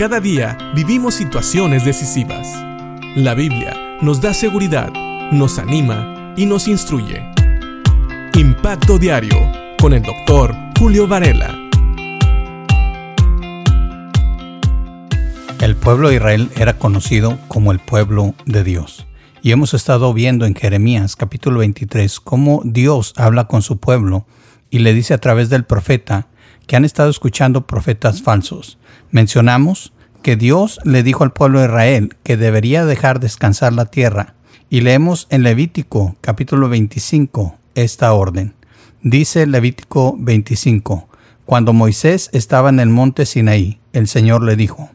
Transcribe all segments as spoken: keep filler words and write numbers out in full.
Cada día vivimos situaciones decisivas. La Biblia nos da seguridad, nos anima y nos instruye. Impacto Diario con el doctor Julio Varela. El pueblo de Israel era conocido como el pueblo de Dios. Y hemos estado viendo en Jeremías capítulo veintitrés cómo Dios habla con su pueblo y le dice a través del profeta que han estado escuchando profetas falsos. Mencionamos que Dios le dijo al pueblo de Israel que debería dejar descansar la tierra. Y leemos en Levítico capítulo veinticinco esta orden. Dice Levítico veinticinco: Cuando Moisés estaba en el monte Sinaí, el Señor le dijo: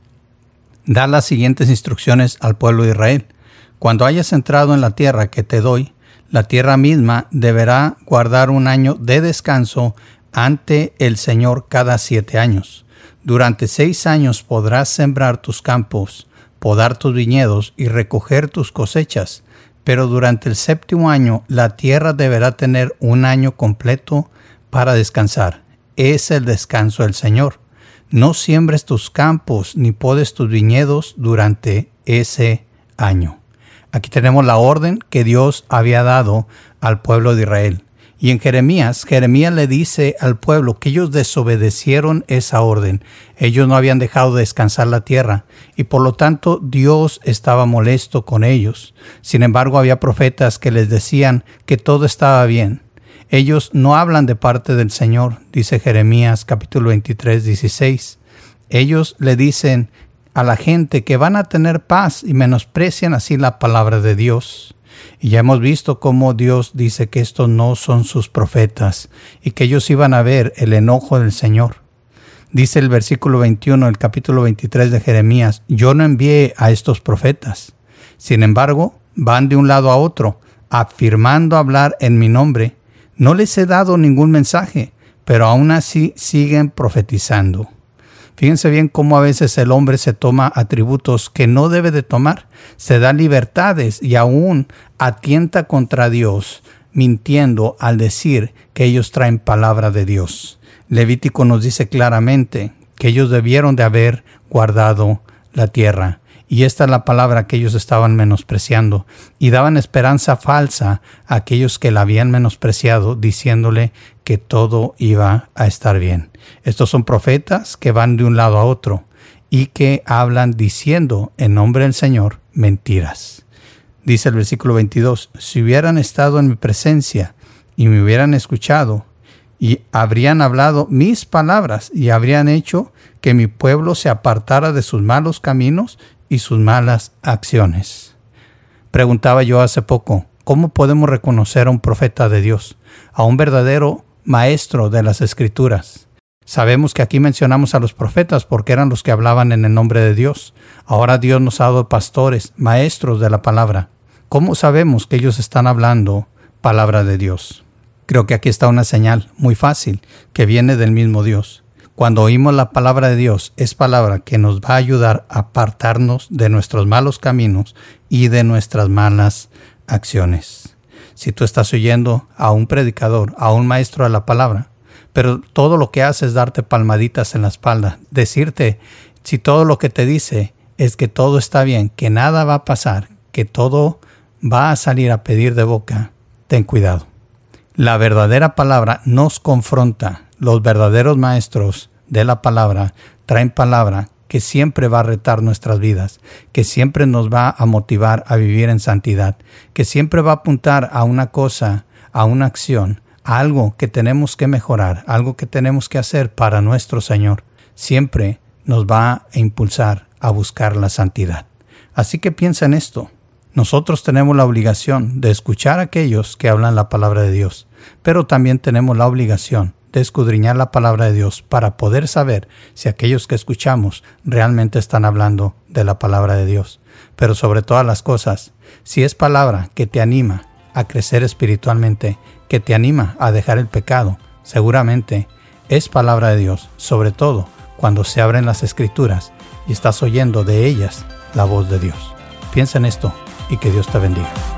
Da las siguientes instrucciones al pueblo de Israel. Cuando hayas entrado en la tierra que te doy, la tierra misma deberá guardar un año de descanso ante el Señor cada siete años. Durante seis años podrás sembrar tus campos, podar tus viñedos y recoger tus cosechas, pero durante el séptimo año la tierra deberá tener un año completo para descansar. Es el descanso del Señor. No siembres tus campos ni podes tus viñedos durante ese año. Aquí tenemos la orden que Dios había dado al pueblo de Israel. Y en Jeremías, Jeremías le dice al pueblo que ellos desobedecieron esa orden. Ellos no habían dejado descansar la tierra y por lo tanto Dios estaba molesto con ellos. Sin embargo, había profetas que les decían que todo estaba bien. Ellos no hablan de parte del Señor, dice Jeremías capítulo veintitrés, dieciséis. Ellos le dicen a la gente que van a tener paz y menosprecian así la palabra de Dios. Y ya hemos visto cómo Dios dice que estos no son sus profetas y que ellos iban a ver el enojo del Señor. Dice el versículo veintiuno del capítulo veintitrés de Jeremías: Yo no envié a estos profetas. Sin embargo, van de un lado a otro, afirmando hablar en mi nombre. No les he dado ningún mensaje, pero aún así siguen profetizando. Fíjense bien cómo a veces el hombre se toma atributos que no debe de tomar, se da libertades y aún atienta contra Dios, mintiendo al decir que ellos traen palabra de Dios. Levítico nos dice claramente que ellos debieron de haber guardado la tierra. Y esta es la palabra que ellos estaban menospreciando y daban esperanza falsa a aquellos que la habían menospreciado, diciéndole que todo iba a estar bien. Estos son profetas que van de un lado a otro y que hablan diciendo en nombre del Señor mentiras. Dice el versículo veintidós: Si hubieran estado en mi presencia y me hubieran escuchado, y habrían hablado mis palabras y habrían hecho que mi pueblo se apartara de sus malos caminos y sus malas acciones. Preguntaba yo hace poco, ¿cómo podemos reconocer a un profeta de Dios, a un verdadero maestro de las Escrituras? Sabemos que aquí mencionamos a los profetas porque eran los que hablaban en el nombre de Dios. Ahora Dios nos ha dado pastores, maestros de la palabra. ¿Cómo sabemos que ellos están hablando palabra de Dios? Creo que aquí está una señal muy fácil que viene del mismo Dios. Cuando oímos la palabra de Dios, es palabra que nos va a ayudar a apartarnos de nuestros malos caminos y de nuestras malas acciones. Si tú estás oyendo a un predicador, a un maestro de la palabra, pero todo lo que hace es darte palmaditas en la espalda, decirte, si todo lo que te dice es que todo está bien, que nada va a pasar, que todo va a salir a pedir de boca, ten cuidado. La verdadera palabra nos confronta. Los verdaderos maestros de la palabra traen palabra que siempre va a retar nuestras vidas, que siempre nos va a motivar a vivir en santidad, que siempre va a apuntar a una cosa, a una acción, a algo que tenemos que mejorar, algo que tenemos que hacer para nuestro Señor. Siempre nos va a impulsar a buscar la santidad. Así que piensa en esto. Nosotros tenemos la obligación de escuchar a aquellos que hablan la palabra de Dios, pero también tenemos la obligación de escudriñar la palabra de Dios para poder saber si aquellos que escuchamos realmente están hablando de la palabra de Dios. Pero sobre todas las cosas, si es palabra que te anima a crecer espiritualmente, que te anima a dejar el pecado, seguramente es palabra de Dios, sobre todo cuando se abren las Escrituras y estás oyendo de ellas la voz de Dios. Piensa en esto y que Dios te bendiga.